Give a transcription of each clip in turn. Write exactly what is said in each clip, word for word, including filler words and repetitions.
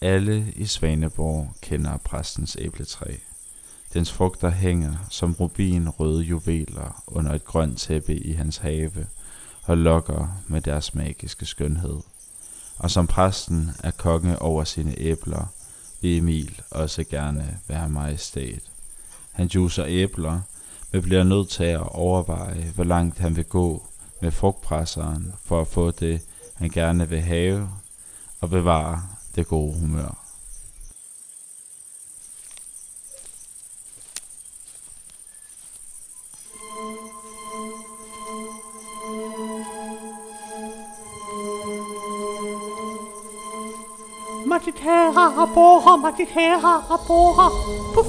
Alle i Svaneborg kender præstens æbletræ. Dens frugter hænger som rubinrøde juveler under et grønt tæppe i hans have og lokker med deres magiske skønhed. Og som præsten er konge over sine æbler, vil Emil også gerne være majestæt. Han juicer æbler, men bliver nødt til at overveje, hvor langt han vil gå med frugtpresseren for at få det, han gerne vil have, og bevare det gode humør. Matitera, bora, matitera, bora, puff.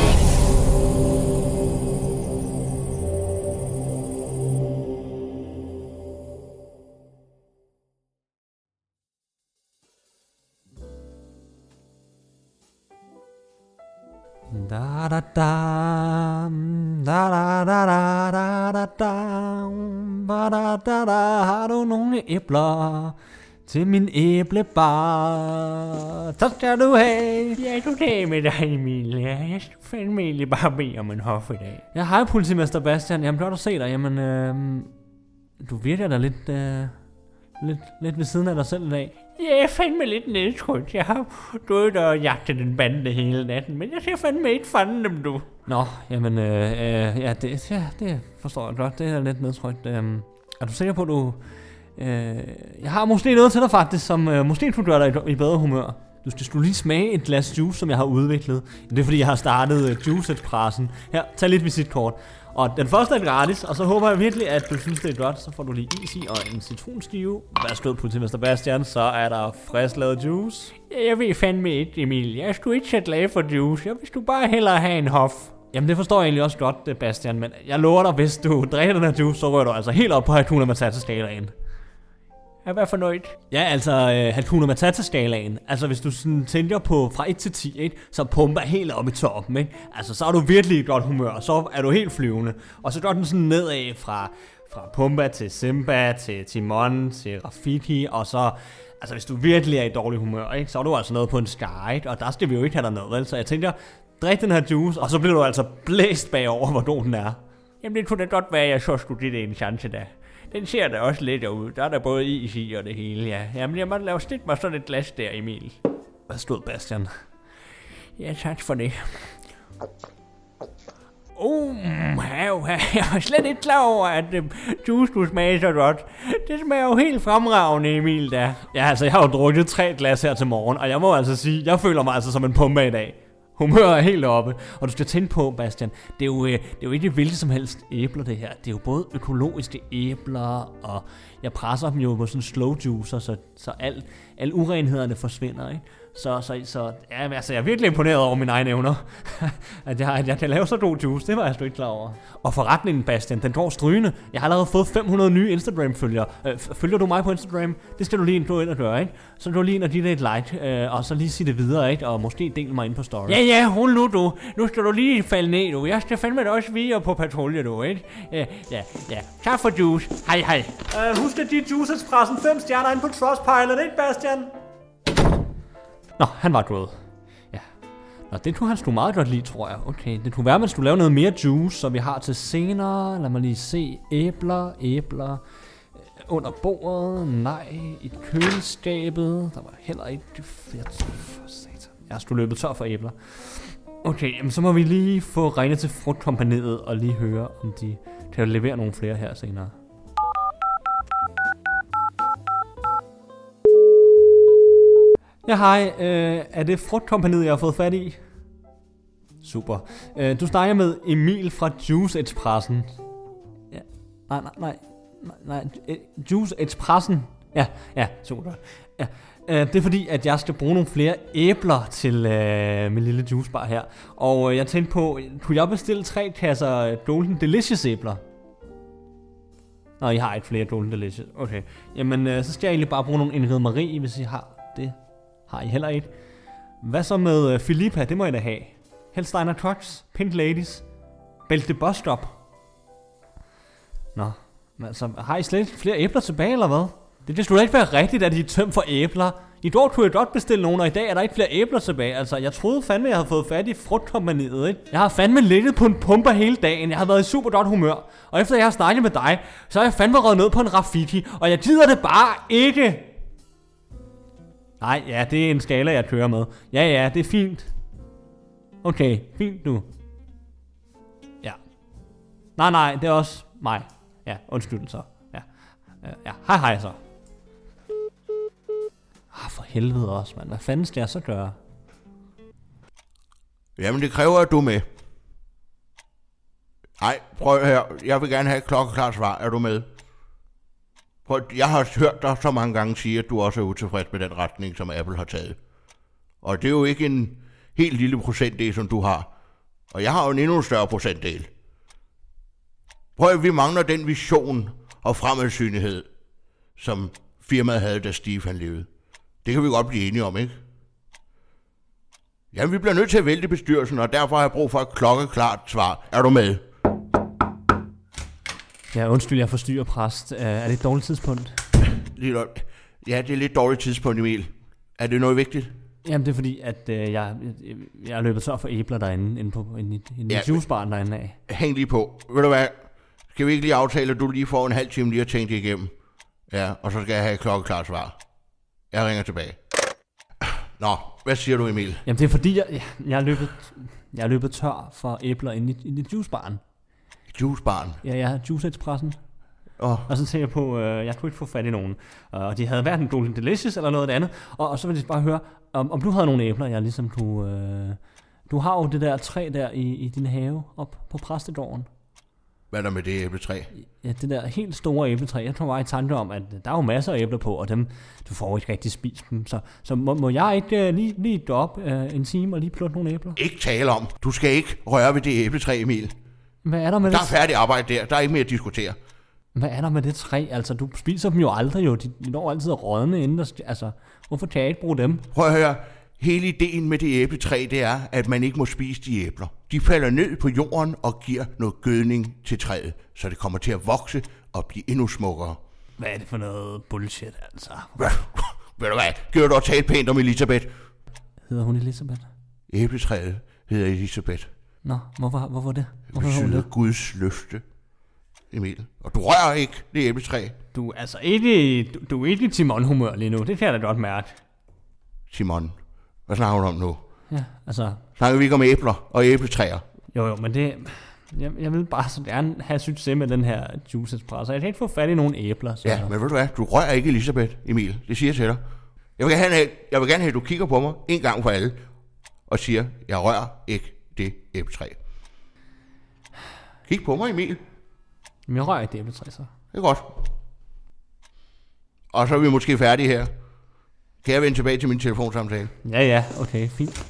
Da da da, da da da da da da da, da da da. Har du nogle æbler til min æblebar? Så skal du have. Ja, du dag med dig, Emil. Ja, jeg skal fandme egentlig bare bede om en hof i dag. Ja, hej politimester Bastian. Jamen, blot at se dig. Jamen, øh, du virker da lidt, øh, lidt, lidt ved siden af dig selv i dag. Ja, jeg er fandme lidt nedtrykt. Jeg har gået og jagtet den bande hele natten, men jeg ser fandme ikke fanden dem, du. Nå, jamen, øh, øh, ja, det, ja, det forstår jeg godt. Det er lidt nedtrykt. Øh, er du sikker på, at du... Øh, jeg har måske noget til dig faktisk, som øh, måske kunne gøre dig i, i bedre humør. Du skal, skulle lige smage et glas juice, som jeg har udviklet. Det er fordi, jeg har startet uh, Juice-pressen. Her, tag lidt visitkort. Og den første er gratis, og så håber jeg virkelig, at du synes, det er godt. Så får du lige is i og en citronskive. Værsgo, politimester Bastian, så er der frisk lavet juice. Ja, jeg ved fandme ikke, Emil. Jeg skulle ikke så glad for juice. Jeg vil du bare hellere have en hof. Jamen, det forstår jeg egentlig også godt, Bastian. Men jeg lover dig, hvis du drikker den her juice, så rører du altså helt op på Hakuna Matata-skalaen. Ja, hvad for noget? Ja, altså øh, Hakuna Matata-skalaen. Altså hvis du sådan tænker på fra et til ti, ikke, så pumper helt op i toppen, ikke? Altså så er du virkelig i godt humør, så er du helt flyvende. Og så går den sådan nedad fra, fra Pumba til Simba, til Timon, til Rafiki, og så... Altså hvis du virkelig er i dårlig humør, ikke, så er du altså noget på en sky, ikke? Og der skal vi jo ikke have dig noget, vel? Så jeg tænker, drik den her juice, og så bliver du altså blæst bagover, hvor god den er. Jamen det kunne da godt være, at jeg så skulle give det en chance da. Den ser da også lidt ud. Der er der både is i og det hele, ja. Jamen, jeg må lave stit mig sådan et glas der, Emil. Hvad stod, Bastian? Ja, tak for det. Uh, hav, jeg var slet ikke klar over, at uh, juice skulle smage så godt. Det smager jo helt fremragende, Emil, da. Ja, altså, jeg har jo drukket tre glas her til morgen, og jeg må altså sige, jeg føler mig altså som en pumpe i dag. Humør er helt oppe, og du skal tænke på, Bastian, det er jo, det er jo ikke hvilket som helst æbler det her. Det er jo både økologiske æbler, og jeg presser dem jo på sådan slow juicer, så, så al, al urenhederne forsvinder, ikke? Så, så, så ja, altså, jeg er virkelig imponeret over mine egne evner. at, jeg, at jeg kan lave så god juice, det var jeg sgu ikke klar over. Og forretningen, Bastian, den går strygende. Jeg har allerede fået fem hundrede nye Instagram-følgere. Øh, følger du mig på Instagram? Det skal du lige gå ind og gøre, ikke? Så du lige ind og give det et like, øh, og så lige sige det videre, ikke? Og måske dele mig ind på story. Ja, ja, hold nu, du. Nu skal du lige falde ned, du. Jeg skal fandme da også videre på patrulje, du, ikke? Ja, ja, ja. Tak for juice. Hej, hej. Uh, husk at give Juice-pressen fem stjerner ind på Trustpilot, ikke, Bastian? Nå, han var gået. Ja. Nå, det kunne han sgu meget godt lide, tror jeg. Okay, det kunne være, at man skulle lave noget mere juice, som vi har til senere. Lad mig lige se. Æbler, æbler. Under bordet. Nej. I køleskabet. Der var heller ikke fedt. For satan. Jeg har sgu løbet tør for æbler. Okay, jamen så må vi lige få regnet til frugtkompaniet og lige høre, om de kan levere nogle flere her senere. Ja, hej. Øh, er det frugtkompaniet, jeg har fået fat i? Super. Øh, du snakker med Emil fra Juice-Expressen. Ja. Nej, nej, nej. Nej, nej. Juice-Expressen. Ja, ja, super. Ja. Øh, det er fordi, at jeg skal bruge nogle flere æbler til øh, min lille juicebar her. Og øh, jeg tænkte på, kunne jeg bestille tre kasser Golden Delicious æbler? Nå, I har ikke flere Golden Delicious. Okay. Jamen, øh, så skal jeg egentlig bare bruge nogle Ingrid Marie, hvis I har det. Har I heller ikke? Hvad så med uh, Filippa? Det må I da have. Hellsteiner Trucks, Pink Ladies, Bælte Bus Stop. Nå, men altså, har I slet flere æbler tilbage, eller hvad? Det, det skulle da ikke være rigtigt, at I er tømt for æbler. I går kunne jeg godt bestille nogen, og i dag er der ikke flere æbler tilbage. Altså, jeg troede fandme, jeg havde fået fat i frugtkompagniet, ikke? Jeg har fandme ligget på en pumper hele dagen. Jeg har været i super godt humør. Og efter jeg har snakket med dig, så har jeg fandme røget ned på en graffiti. Og jeg gider det bare ikke. Nej, ja, det er en skala, jeg kører med. Ja, ja, det er fint. Okay, fint nu. Ja. Nej, nej, det er også mig. Ja, undskyld så. Ja, ja, hej hej så. Ah, for helvede også, mand. Hvad fanden skal jeg så gøre? Jamen, det kræver, at du er med. Nej, prøv her. Jeg vil gerne have et klokkeklart svar. Er du med? Prøv, jeg har hørt dig så mange gange sige, at du også er utilfreds med den retning, som Apple har taget. Og det er jo ikke en helt lille procentdel, som du har. Og jeg har jo en endnu større procentdel. Prøv, vi mangler den vision og fremadsynlighed, som firmaet havde, da Steve han levede. Det kan vi godt blive enige om, ikke? Jamen, vi bliver nødt til at vælge bestyrelsen, og derfor har jeg brug for et klokkeklart svar. Er du med? Ja, undskyld, jeg forstyrrer, præst. Uh, er det et dårligt tidspunkt? Ja, det er et lidt dårligt tidspunkt, Emil. Er det noget vigtigt? Jamen, det er fordi, at uh, jeg, jeg, jeg er løbet tør for æbler derinde, inde, på, inde, i, inde ja, i juicebaren derinde af. Hæng lige på. Ved du hvad? Skal vi ikke lige aftale, at du lige får en halv time lige at tænke det igennem? Ja, og så skal jeg have et klokkeklart svar. Jeg ringer tilbage. Nå, hvad siger du, Emil? Jamen, det er fordi, jeg, jeg, jeg, er, løbet, jeg er løbet tør for æbler inde i, inde i juicebaren. Juicebaren? Ja, jeg har Juice-Expressen. Oh. Og så tænkte jeg på, øh, jeg kunne ikke få fat i nogen. Og de havde hverken Golden Delicious eller noget andet. Og, og så ville jeg bare høre, om, om du havde nogle æbler, jeg ligesom kunne... Øh, du har jo det der træ der i, i din have op på præstegården. Hvad er der med det æbletræ? Ja, det der helt store æbletræ. Jeg tror bare i tanke om, at der er jo masser af æbler på, og dem, du får ikke rigtig spist dem. Så, så må, må jeg ikke uh, lige, lige gå op uh, en time og lige plukke nogle æbler? Ikke tale om. Du skal ikke røre ved det æbletræ, Emil. Hvad er der med der det? Der er færdig arbejde der. Der er ikke mere at diskutere. Hvad er der med det træ? Altså, du spiser dem jo aldrig jo. De når altid at rådne inden. Der, altså, hvorfor kan jeg ikke bruge dem? Prøv at høre. Hele ideen med det æbletræ, det er, at man ikke må spise de æbler. De falder ned på jorden og giver noget gødning til træet, så det kommer til at vokse og blive endnu smukkere. Hvad er det for noget bullshit, altså? Hvad? Ved du hvad? Gør du at tale pænt om Elisabeth? Hedder hun Elisabeth? Æbletræet hedder Elisabeth. Nå, hvorfor, hvorfor det? Hvorfor det betyder Guds løfte, Emil. Og du rører ikke det æbletræ. Du er altså ikke, du, du er ikke i Timon-humør lige nu. Det kan jeg da godt mærke. Timon. Hvad snakker du om nu? Ja, altså... Snakker vi ikke om æbler og æbletræer? Jo, jo, men det... Jeg, jeg vil bare så gerne have succes med den her Juice Express. Jeg kan ikke få fat i nogle æbler. Så... Ja, men ved du hvad? Du rører ikke Elisabeth, Emil. Det siger jeg til dig. Jeg vil gerne have, jeg vil gerne have at du kigger på mig en gang for alle og siger, jeg rører ikke det æbletræ. Kig på mig, Emil. Men jeg rører ikke det æbletræ, så. Det er godt. Og så er vi måske færdige her. Kan jeg vende tilbage til min telefonsamtale? Ja, ja, okay, fint.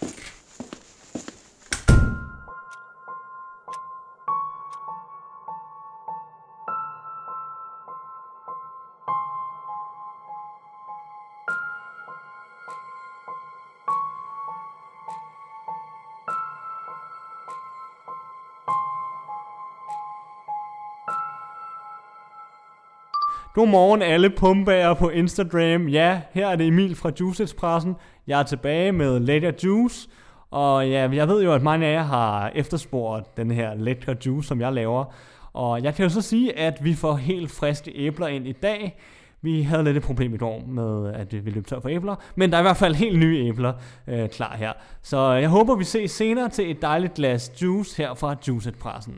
Godmorgen alle pumbager på Instagram. Ja, her er det Emil fra Juice Expressen. Jeg er tilbage med lækker juice. Og ja, jeg ved jo, at mange af jer har efterspurgt den her lækre juice, som jeg laver. Og jeg kan jo så sige, at vi får helt friske æbler ind i dag. Vi havde lidt et problem i går med, at vi løb tør for æbler. Men der er i hvert fald helt nye æbler øh, klar her. Så jeg håber, vi ses senere til et dejligt glas juice her fra Juice Expressen.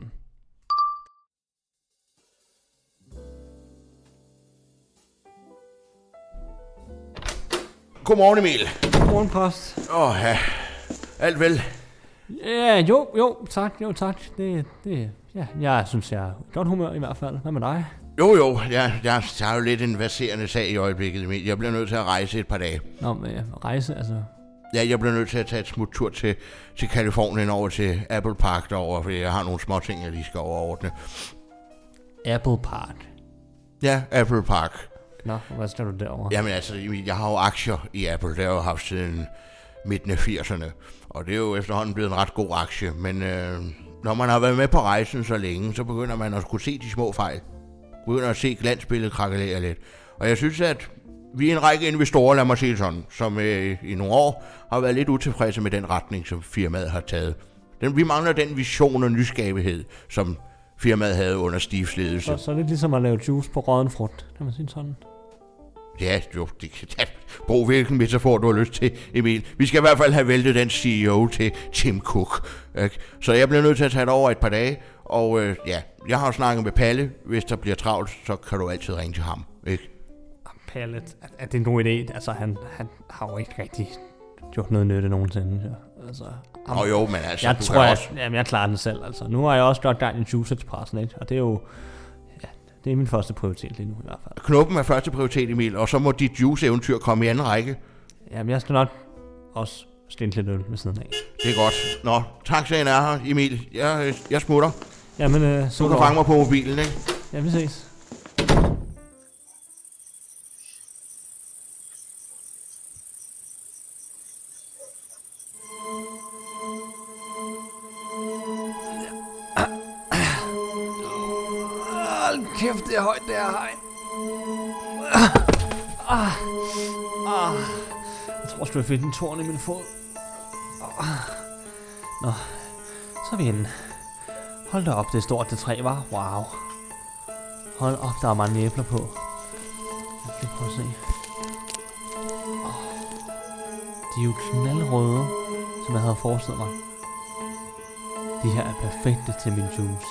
Godmorgen, Emil. Godmorgen, præst. Åh, ja. Alt vel? Ja, jo, jo, tak, jo, tak. Det, det, ja, jeg synes, jeg er i godt humør i hvert fald. Hvad med dig? Jo, jo, jeg, jeg har jo lidt en verserende sag i øjeblikket, Emil. Jeg bliver nødt til at rejse et par dage. Nå, men ja, rejse, altså... Ja, jeg bliver nødt til at tage et smuttur til, til Californien over til Apple Park derovre, fordi jeg har nogle små ting, jeg lige skal overordne. Apple Park? Ja, Apple Park. Nå, hvad skal du derovre? Jamen altså, jeg har jo aktier i Apple, det har jeg jo haft siden midten af firserne. Og det er jo efterhånden blevet en ret god aktie, men øh, når man har været med på rejsen så længe, så begynder man at kunne se de små fejl. Begynder at se glansbilledet krakelere lidt. Og jeg synes, at Vi er en række investorer, lad mig sige sådan, som øh, i nogle år har været lidt utilfredse med den retning, som firmaet har taget. Den, vi mangler den vision og nyskabighed, som firmaet havde under Steves ledelse. Så, så er det ligesom at lave juice på rådden frugt, kan man sige sådan. Ja, jo, det kan ja, brug hvilken metafor du har lyst til, Emil. Vi skal i hvert fald have væltet den C E O til Tim Cook. Ikke? Så jeg bliver nødt til at tage det over et par dage, og øh, ja, jeg har jo snakket med Palle. Hvis der bliver travlt, så kan du altid ringe til ham, ikke? Palle, er, er det en god idé? Altså, han, han har jo ikke rigtig gjort noget nytte nogensinde. Ja. Altså, ham, Nå jo, men altså, jeg du tror, kan jeg, også... Jamen, jeg klarer den selv, altså. Nu har jeg også godt gang i Juice-pressen, ikke? Og det er jo... Ja, det er min første prioritet lige nu, i hvert fald. Knuppen er første prioritet, Emil, og så må dit juice-eventyr komme i anden række. Jamen, jeg skal nok også stille lidt øl ved siden af. Det er godt. Nå, taxaen er her, Emil. Jeg, jeg smutter. Jamen, øh, så du kan fange mig på mobilen, ikke? Ja, vi ses. Hold kæft, det er højt, det er højt. Ah, ah. Jeg tror sgu, jeg fik en torn i min fod. Ah. Nå, så er vi inde. Hold da op, det er stort, det træ var. Wow. Hold op, der er mange æbler på. Jeg kan prøve at se. Oh. De er jo knaldrøde, som jeg havde forestillet mig. De her er perfekte til min juice.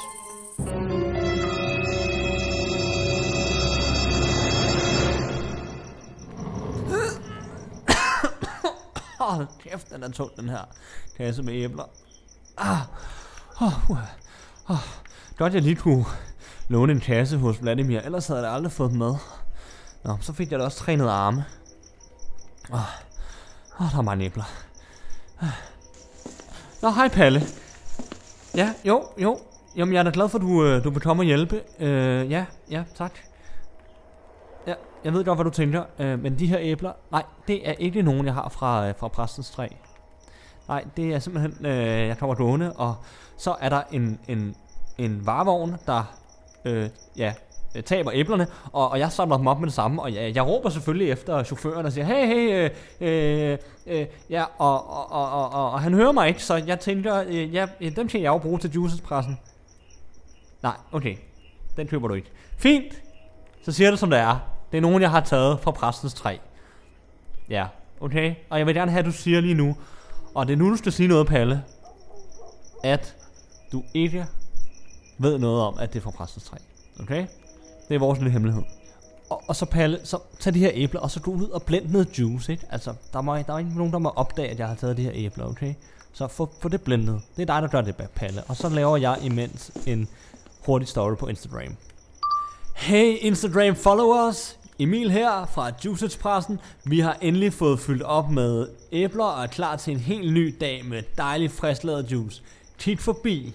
Hold kæft, den er tung, den her kasse med æbler. Ah. Oh, uh. oh. Godt, jeg lige kunne låne en kasse hos Vladimir, ellers havde jeg aldrig fået dem med. Nå, så fik jeg da også trænet arme. Åh, oh. oh, der er mange æbler. Ah. Nå, hej Palle. Ja, jo, jo. Jamen, jeg er da glad for, at du, du vil komme og hjælpe. Uh, ja, ja, tak. Ja, jeg ved godt, hvad du tænker, uh, men de her æbler, nej, det er ikke nogen, jeg har fra, uh, fra præstens træ. Nej, det er simpelthen, uh, jeg kommer gående, og så er der en, en, en varevogn, der uh, ja, taber æblerne, og, og jeg samler dem op med det samme, og jeg, jeg råber selvfølgelig efter chaufføren og siger, hey, hey, øh, øh, øh, ja, og, og, og, og, og, og han hører mig ikke, så jeg tænker, øh, ja, dem kan jeg jo bruge til Juices-pressen. Nej, okay, den køber du ikke. Fint, så siger det som det er. Det er nogen, jeg har taget fra præstens træ. Ja, okay, og jeg vil gerne have, at du siger lige nu, og det er nu, du skal sige noget, Palle, at du ikke ved noget om, at det er fra præstens træ. Okay? Det er vores lille hemmelighed. Og, og så Palle, så tag de her æbler, og så gå ud og blend noget juice, ikke? Altså, der, må, der er ikke nogen, der må opdage, at jeg har taget de her æbler, okay? Så få, få det blendet. Det er dig, der gør det, Palle. Og så laver jeg imens en hurtig story på Instagram. Hey Instagram followers! Emil her fra Juice-pressen. Vi har endelig fået fyldt op med æbler og er klar til en helt ny dag med dejlig frisklavet juice. Kig forbi.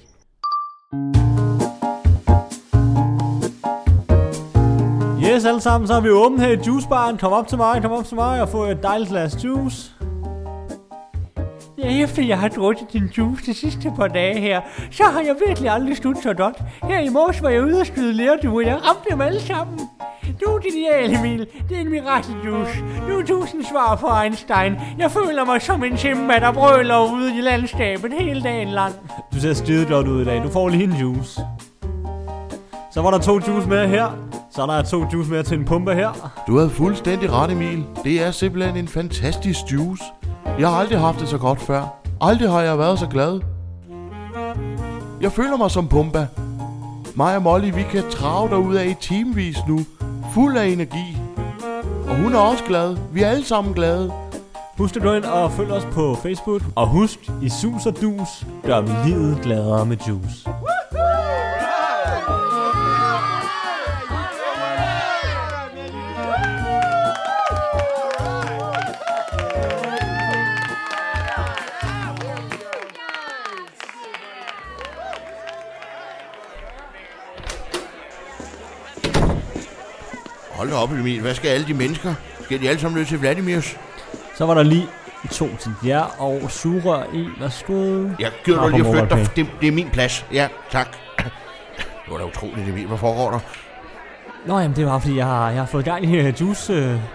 Yes, alle sammen, så er vi åbent her i juicebaren. Kom op til mig, kom op til mig og få et dejligt glas juice. Ja, efter jeg har drukket din juice de sidste par dage her, så har jeg virkelig aldrig sludt så godt. Her i morges var jeg ude og skyde lerdue, og jeg ramte dem alle sammen. Du er genial, Emil. Det er en mirakeljuice. Du er tusind svar for Einstein. Jeg føler mig som en chimpa, der brøler ude i landskabet hele dagen lang. Du ser skide godt ud i dag. Du får lige en juice. Så var der to juice med her. Så er der to juice med til en pumpe her. Du havde fuldstændig ret, Emil. Det er simpelthen en fantastisk juice. Jeg har aldrig haft det så godt før. Aldrig har jeg været så glad. Jeg føler mig som Pumba. Mig og Molly, vi kan trave derudad i timevis nu. Fuld af energi. Og hun er også glad. Vi er alle sammen glade. Husk at gå ind og følg os på Facebook. Og husk, i sus og dus gør vi livet gladere med juice. Hold da op, Emil. Hvad skal alle de mennesker? Skal de alle sammen løbe til Vladimirs? Så var der lige to til jer og sugerør i. Værsgo. Jeg giver dig lige at flytte dig. Det, det er min plads. Ja, tak. Det var da utroligt, Emil. Hvad foregår der? Nå jamen, det var fordi, jeg har, jeg har fået gang i uh, juice, uh,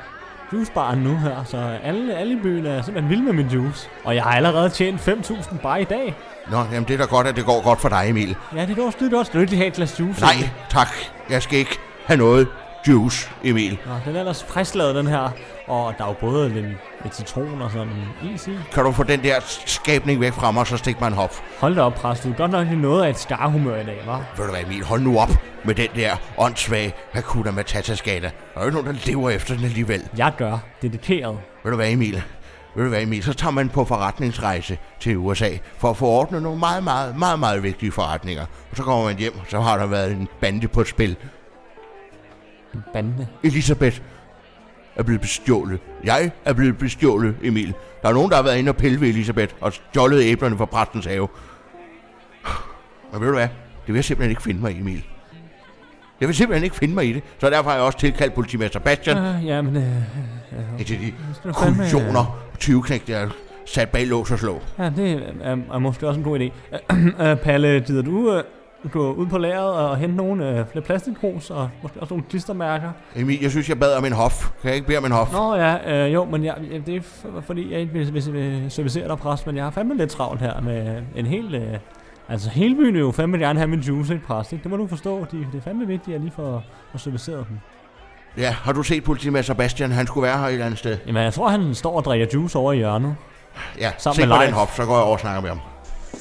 juicebaren nu her, så alle, alle i byen er simpelthen vilde med min juice. Og jeg har allerede tjent fem tusind bare i dag. Nå, jamen det er da godt, at det går godt for dig, Emil. Ja, det er også det, du også nødt til at have et glas juice. Nej, tak. Jeg skal ikke have noget juice, Emil. Nå, den er ellers frisklavet, den her. Og der er jo både lidt, lidt citron og sådan is i. Kan du få den der skabning væk fra mig, så stik mig en hop. Hold da op, præst. Du er godt nok lige noget af et skarhumør i dag, hva'? Ved du hvad, Emil? Hold nu op med den der åndssvage Hakuna Matata-skala. Der er jo ikke nogen, der lever efter den alligevel. Jeg gør. Dedikeret. Ved du hvad, Emil? Ved du hvad, Emil? Så tager man på forretningsrejse til U S A for at få ordnet nogle meget, meget, meget, meget vigtige forretninger. Og så kommer man hjem, og så har der været en bande på et spil. En bande? Elisabeth er blevet bestjålet. Jeg er blevet bestjålet, Emil. Der er nogen, der har været inde og pille ved Elisabeth og stjålet æblerne fra præstens have. Men ved du hvad? Det vil jeg simpelthen ikke finde mig i, Emil. Jeg vil simpelthen ikke finde mig i det. Så derfor har jeg også tilkaldt politimester Bastian. Uh, jamen, øh... Øh, til de kujoner og tyveknægte, der er sat bag lås og slå. Ja, det er, er måske også en god idé. Uh, Palle, gider du uh, gå ud på lageret og hente nogle uh, flere plastikpros og måske også nogle klistermærker? Emil, jeg synes, jeg bad om en hof. Kan jeg ikke bede om en hof? Nå ja, uh, jo, men jeg, det er f- fordi, jeg ikke vil, vil, vil servicere dig, præst, men jeg har fandme lidt travlt her med en hel... Uh, altså, hele byen er jo fandme gerne have min juice, ikke, præst? Ikke? Det må du forstå. De, det er fandme vigtigt, at jeg lige får, får serviceret dem. Ja, har du set politimester Bastian? Han skulle være her et eller andet sted. Jamen, jeg tror, han står og drikker juice over i hjørnet. Ja, sammen se med på Leif. den hop, så går jeg over og snakker med ham.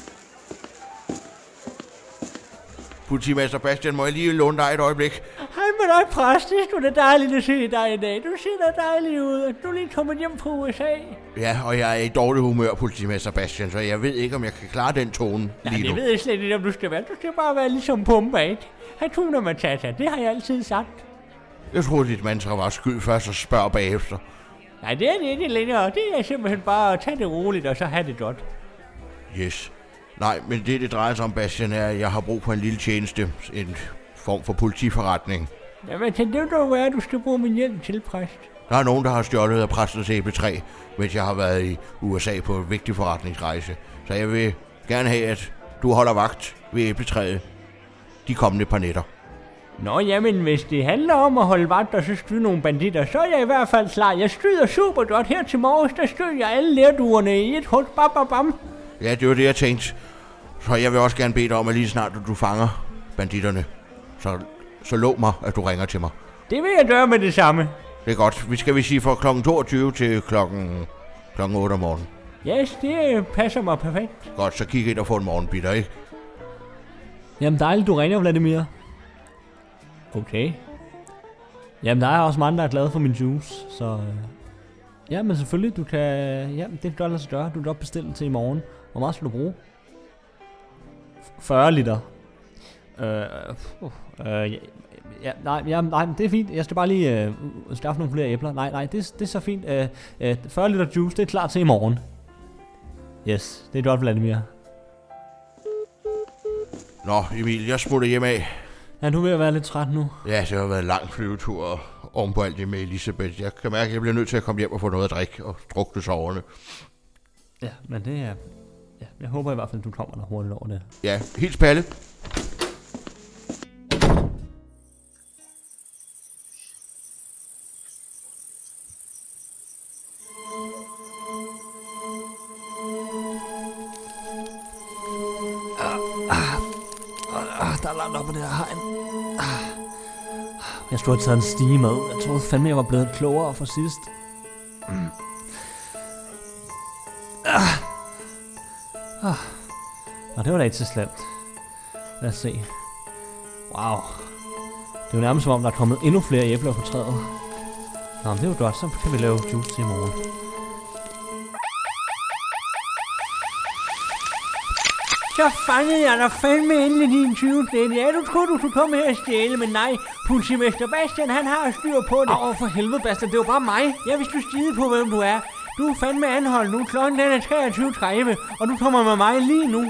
Politimester Bastian, må jeg lige låne dig et øjeblik? Hej med dig, præst. Det er da dejligt at se dig i dag. Du ser da dejlig ud. Du er lige kommet hjem fra U S A. Ja, og jeg er i dårlig humør, politimester Bastian, så jeg ved ikke, om jeg kan klare den tone Ja, lige det nu. ved jeg slet ikke, om du skal være. Du skal bare være ligesom Pumba, ikke? Hakuna Matata, det har jeg altid sagt. Jeg troede, dit mantra var skyd først og spørg bagefter. Nej, det er det ikke længere. Det er simpelthen bare at tage det roligt og så have det godt. Yes. Nej, men det, det drejer sig om, Bastian, er, at jeg har brug for en lille tjeneste. En form for politiforretning. Jamen, det vil jo være, at du skal bruge min hjælp til, præst. Der er nogen, der har stjålet af præstens æbletræ, mens jeg har været i U S A på en vigtig forretningsrejse. Så jeg vil gerne have, at du holder vagt ved æbletræet de kommende par nætter. Nå, jamen, hvis det handler om at holde vagt og så skyde nogle banditter, så er jeg i hvert fald klar. Jeg skyder super godt her til morges, der skød jeg alle lærduerne i et hul. Bam, bam, bam. Ja, det var det, jeg tænkte. Så jeg vil også gerne bede dig om, at lige snart du fanger banditterne, så, så lov mig, at du ringer til mig. Det vil jeg gøre med det samme. Det er godt. Vi skal vi sige fra klokken toogtyve til klokken, klokken otte om morgenen. Yes, det passer mig perfekt. Godt, så kig ind og få en morgenbitter, ikke? Jamen dejligt, du ringer, Vladimir. Okay. Jamen, der er også mange, der er glade for min juice, så... Øh, ja, men selvfølgelig, du kan... Jamen, det kan godt lade sig gøre. Du kan godt bestille til i morgen. Hvor meget skal du bruge? fyrre liter. Øh, uh, øh, ja, nej, ja, nej, det er fint. Jeg skal bare lige øh, skaffe nogle flere æbler. Nej, nej, det, det er så fint. Øh, øh, fyrre liter juice, det er klar til i morgen. Yes, det er godt, Vladimir. Nå, Emil, jeg smutter hjem af. Ja, du er ved at være lidt træt nu. Ja, det har været en lang flyvetur og oven på alt det med Elisabeth. Jeg kan mærke, at jeg bliver nødt til at komme hjem og få noget at drikke og drukne soverne. Ja, men det er... Ja, jeg håber i hvert fald, at du kommer der hurtigt over det. Ja, hils Palle. Der er langt op på det her hegn. Jeg skulle have taget en stige med. Jeg troede fandme, jeg var blevet klogere for sidst. Og det var da ikke så slemt. Lad os se. Wow. Det er jo nærmest som om, der er kommet endnu flere æbler på træet. Nå, men det er jo godt. Så kan vi lave juice til i morgen. Så fangede jeg dig fandme endelig din tyveknægt. Ja, du troede, du kunne komme her og stjæle, men nej. Politimester Bastian, han har styr på det. Åh, for helvede, Bastian. Det er jo bare mig. Ja, hvis du stiger på, hvem du er. Du er fandme anholdt nu. Klokken den er treogtyve tredive, og du kommer med mig lige nu.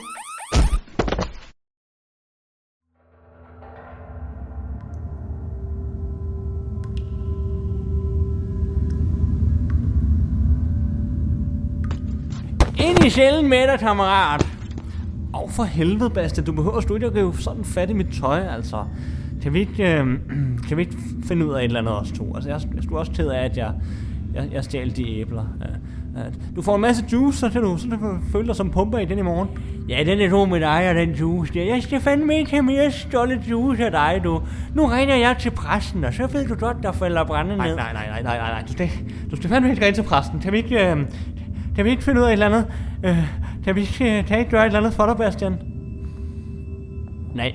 Ind i cellen med dig, kammerat. Åh, oh, for helvede, Bastian. Du behøver sgu ikke at rive sådan fat i mit tøj, altså. Kan vi ikke, øh, kan vi ikke finde ud af et eller andet os to? Altså, jeg, jeg skulle også ked af, at jeg, jeg, jeg stjal de æbler. Uh, uh, du får en masse juice, så kan du, så kan du føle dig som pumper i den i morgen. Ja, den er god med dig og den juice der. Jeg skal fandme ikke have mere stjålet juice af dig, du. Nu ringer jeg til præsten, og så ved du godt, der falder brænde ned. Nej, nej, nej, nej, nej, nej. Du skal, du skal fandme ikke ringe til præsten. Kan vi ikke, uh, kan vi ikke finde ud af et eller andet? Uh, kan vi ikke, uh, kan jeg ikke gøre et eller andet for dig, Bastian? Nej.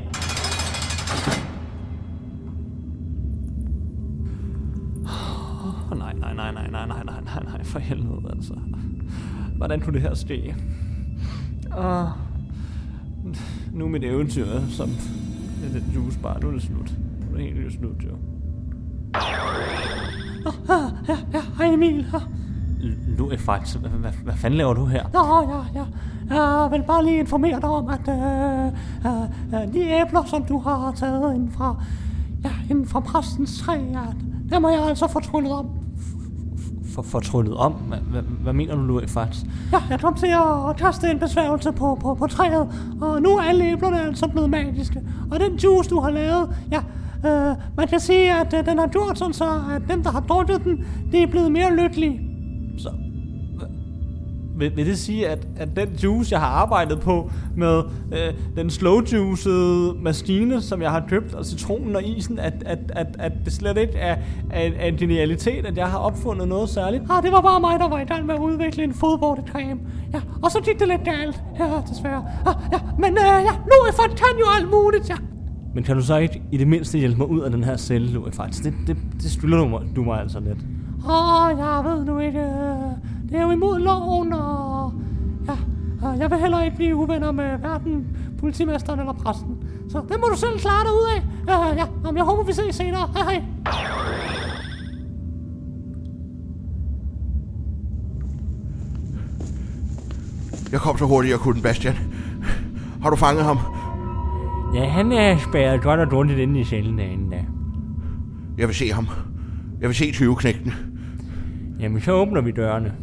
Oh, nej, nej, nej, nej, nej, nej, nej, nej, nej, for helvede, altså. Hvordan kunne det her ske? Uh, nu er mit eventyr, som med den juicebar, nu er det slut. Nu er det helt slut, jo. Oh, ja, ja, hej Emil. Du er faktisk, hvad, hvad, hvad fanden laver du her? Nå, ja, ja. Jeg vil bare lige informere dig om, at øh, øh, de æbler, som du har taget inden fra, ja, inden fra præstens træ, ja, der må jeg altså få tryllet om. For, fortryllet om? Hvad, hvad, hvad mener du, Louis, faktisk? Ja, jeg kom til at kaste en besværgelse på, på, på træet, og nu er alle æblerne altså blevet magiske. Og den juice, du har lavet, ja, øh, man kan sige, at øh, den har gjort sådan så, at dem, der har drukket den, de er blevet mere lykkelige. Så vil, vil det sige, at, at den juice, jeg har arbejdet på med øh, den slow-juicede maskine, som jeg har købt, og citronen og isen, at, at, at, at det slet ikke er, er, er en genialitet, at jeg har opfundet noget særligt? Ah, det var bare mig, der var i gang med at udvikle en fodvortecreme. Ja, og så gik det lidt galt. Ja, desværre. Ah, ja, men øh, ja, Louis kan jo alt muligt, ja. Men kan du så ikke i det mindste hjælpe mig ud af den her celle, Louis, faktisk? Det, det, det skylder du mig, du mig altså lidt. Åh, oh, jeg ved nu ikke. Det er jo imod loven, og ja, jeg vil heller ikke blive uvenner med hverken politimesteren eller præsten. Så det må du selv klare dig ud af. Uh, ja, om jeg håber, vi ses senere. Hej, hej. Jeg kom så hurtigt, jeg kunne, Bastian. Har du fanget ham? Ja, han er spærret godt og grundigt inde i cellen derinde, da. Jeg vil se ham. Jeg vil se tyveknægten. Jamen, så åbner vi dørene.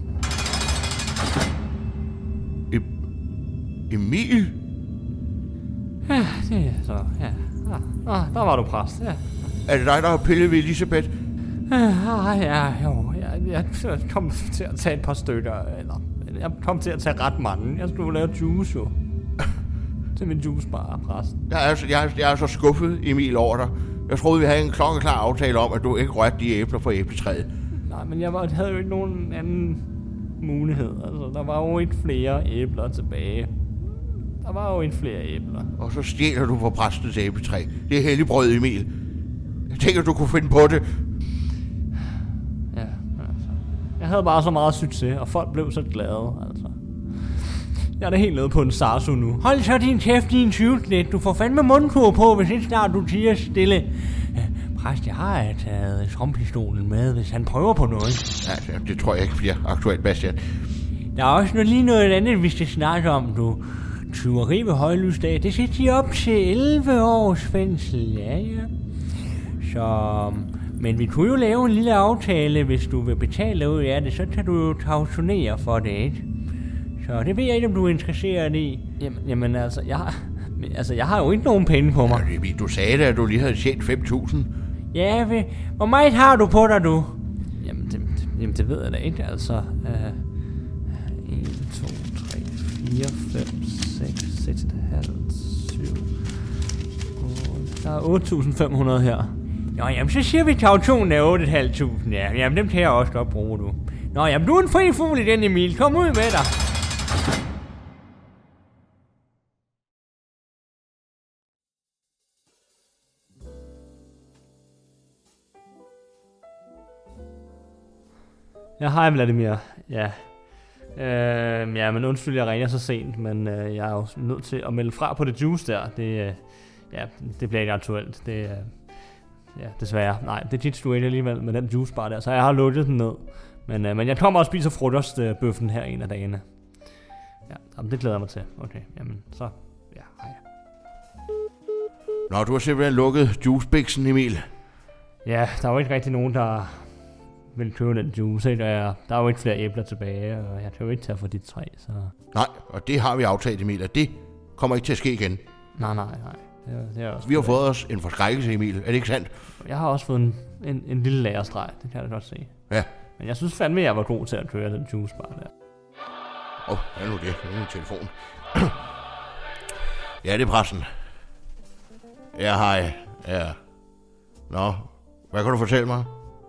E- Emil? Ja, det er så, ja. Ah, ah, der var du præst, ja. Er det dig, der har pillet ved Elisabeth? Ah, ja, jo. Jeg, jeg kom til at tage et par stykker, eller... Jeg kom til at tage ret mange. Jeg skulle lave juice, jo. Til min juicebar, præst. Jeg er, jeg, er, jeg er så skuffet, Emil, over dig. Jeg troede, vi havde en klokkeklar aftale om, at du ikke rørte de æbler fra æbletræet. Nej, men jeg var, havde jo ikke nogen anden mulighed. Altså, der var jo ikke flere æbler tilbage. Der var jo ikke flere æbler. Og så stjæler du fra præstens æbletræ. Det er helligbrød, Emil. Jeg tænker, du kunne finde på det. Ja, altså. Jeg havde bare så meget succes, og folk blev så glade, altså. Jeg er da helt nede på en sarsu nu. Hold så din kæft, din tyveknægt. Du får fandme mundkur på, hvis ikke snart du tiger stille. Ja, præst, jeg har taget trompistolen med, hvis han prøver på noget. Ja, det tror jeg ikke bliver aktuelt, Bastian. Der er også noget, lige noget andet, vi skal snakke om, du. Tyveri ved højlysdag, det skal de op til elleve års fængsel, ja, ja. Så... Men vi kunne jo lave en lille aftale, hvis du vil betale ud af det, så kan du jo kautionere for det, ikke? Så det ved jeg ikke, om du er interesseret i. Jamen, jamen altså, jeg har, altså, jeg har jo ikke nogen penge på mig. Ja, du sagde da, at du lige havde tjent fem tusind. Ja, ved, hvor meget har du på dig, du? Jamen, det, jamen, det ved jeg da ikke, altså. Uh, en, to, tre, fire, fem, seks, seks komma fem, syv, otte. Der er otte tusind fem hundrede her. Nå, jamen, så siger vi kautionen er otte tusind fem hundrede. Ja, jamen, dem kan jeg også godt bruge, du. Nå, jamen, du er en fri fugl i den, Emil. Kom ud med dig. Ja, hej Vladimir. Ja. Øh, ja, men undskyld, jeg ringer så sent, men øh, jeg er jo nødt til at melde fra på det juice der. Det, øh, ja, det bliver ikke aktuelt. Det, øh, ja, desværre. Nej, det er du ikke alligevel med den juicebar der, så jeg har lukket den ned. Men, øh, men jeg kommer og spiser frokostbøffen her en af dagene. Ja, jamen, det glæder jeg mig til. Okay, jamen, så, ja, hej. Nå, du har simpelthen lukket juicebiksen, Emil. Ja, der er jo ikke rigtig nogen, der vil købe den juice, ikke? Der er jo ikke flere æbler tilbage, og jeg kan jo ikke tage for dit træ, så... Nej, og det har vi aftalt, Emil, at det kommer ikke til at ske igen. Nej, nej, nej. Det er, det er også vi har fået os en forskrækkelse, Emil. Er det ikke sandt? Jeg har også fået en, en, en lille lagerstreg, det kan jeg da godt se. Ja, Men jeg synes fandme, jeg var god til at køre den juicebar der. Åh, oh, hvad er nu det? Det er min telefon. Ja, det er præsten. Ja, hej. Ja. Nå, hvad kan du fortælle mig?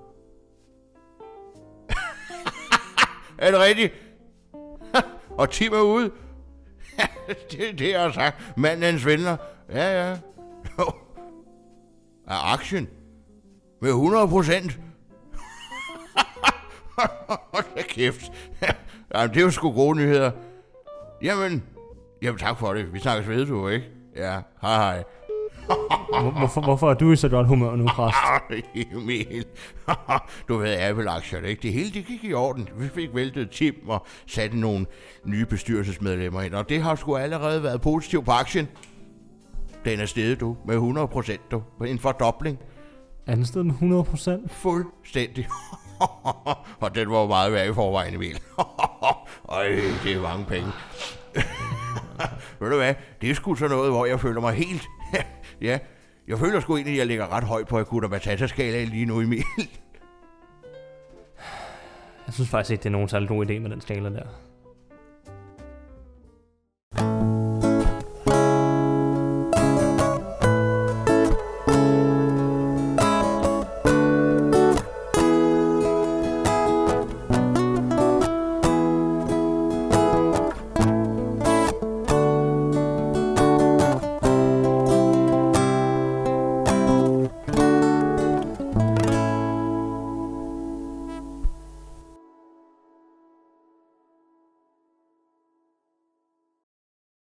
Er det rigtigt? Og Tim er ude? Det er det, jeg har sagt. Manden hans venner. Ja, ja. Er aktien? Med hundrede procent? Hold da kæft. Jamen, det er jo sgu gode nyheder. Jamen, jamen tak for det. Vi snakkes ved, du, ikke? Ja, hej hej. Hvorfor, hvorfor er du i så godt humør nu, præst? Emil. Du ved, Apple-aktier, ikke? Det hele det gik i orden. Vi fik væltet Tim og satte nogle nye bestyrelsesmedlemmer ind, og det har sgu allerede været positivt på aktien. Den er steget, du, med hundrede procent, du. En fordobling. Er den steget med hundrede procent? Fuldstændig. Og den var jo meget værd i forvejen, Emil. Øj, det er mange penge. Ved du hvad, det er sgu sådan noget, hvor jeg føler mig helt... ja, jeg føler sgu egentlig, at jeg ligger ret højt på Hakuna Matata-skalaen lige nu, Emil. Jeg synes faktisk ikke, det er nogen særlig god idé med den skala der.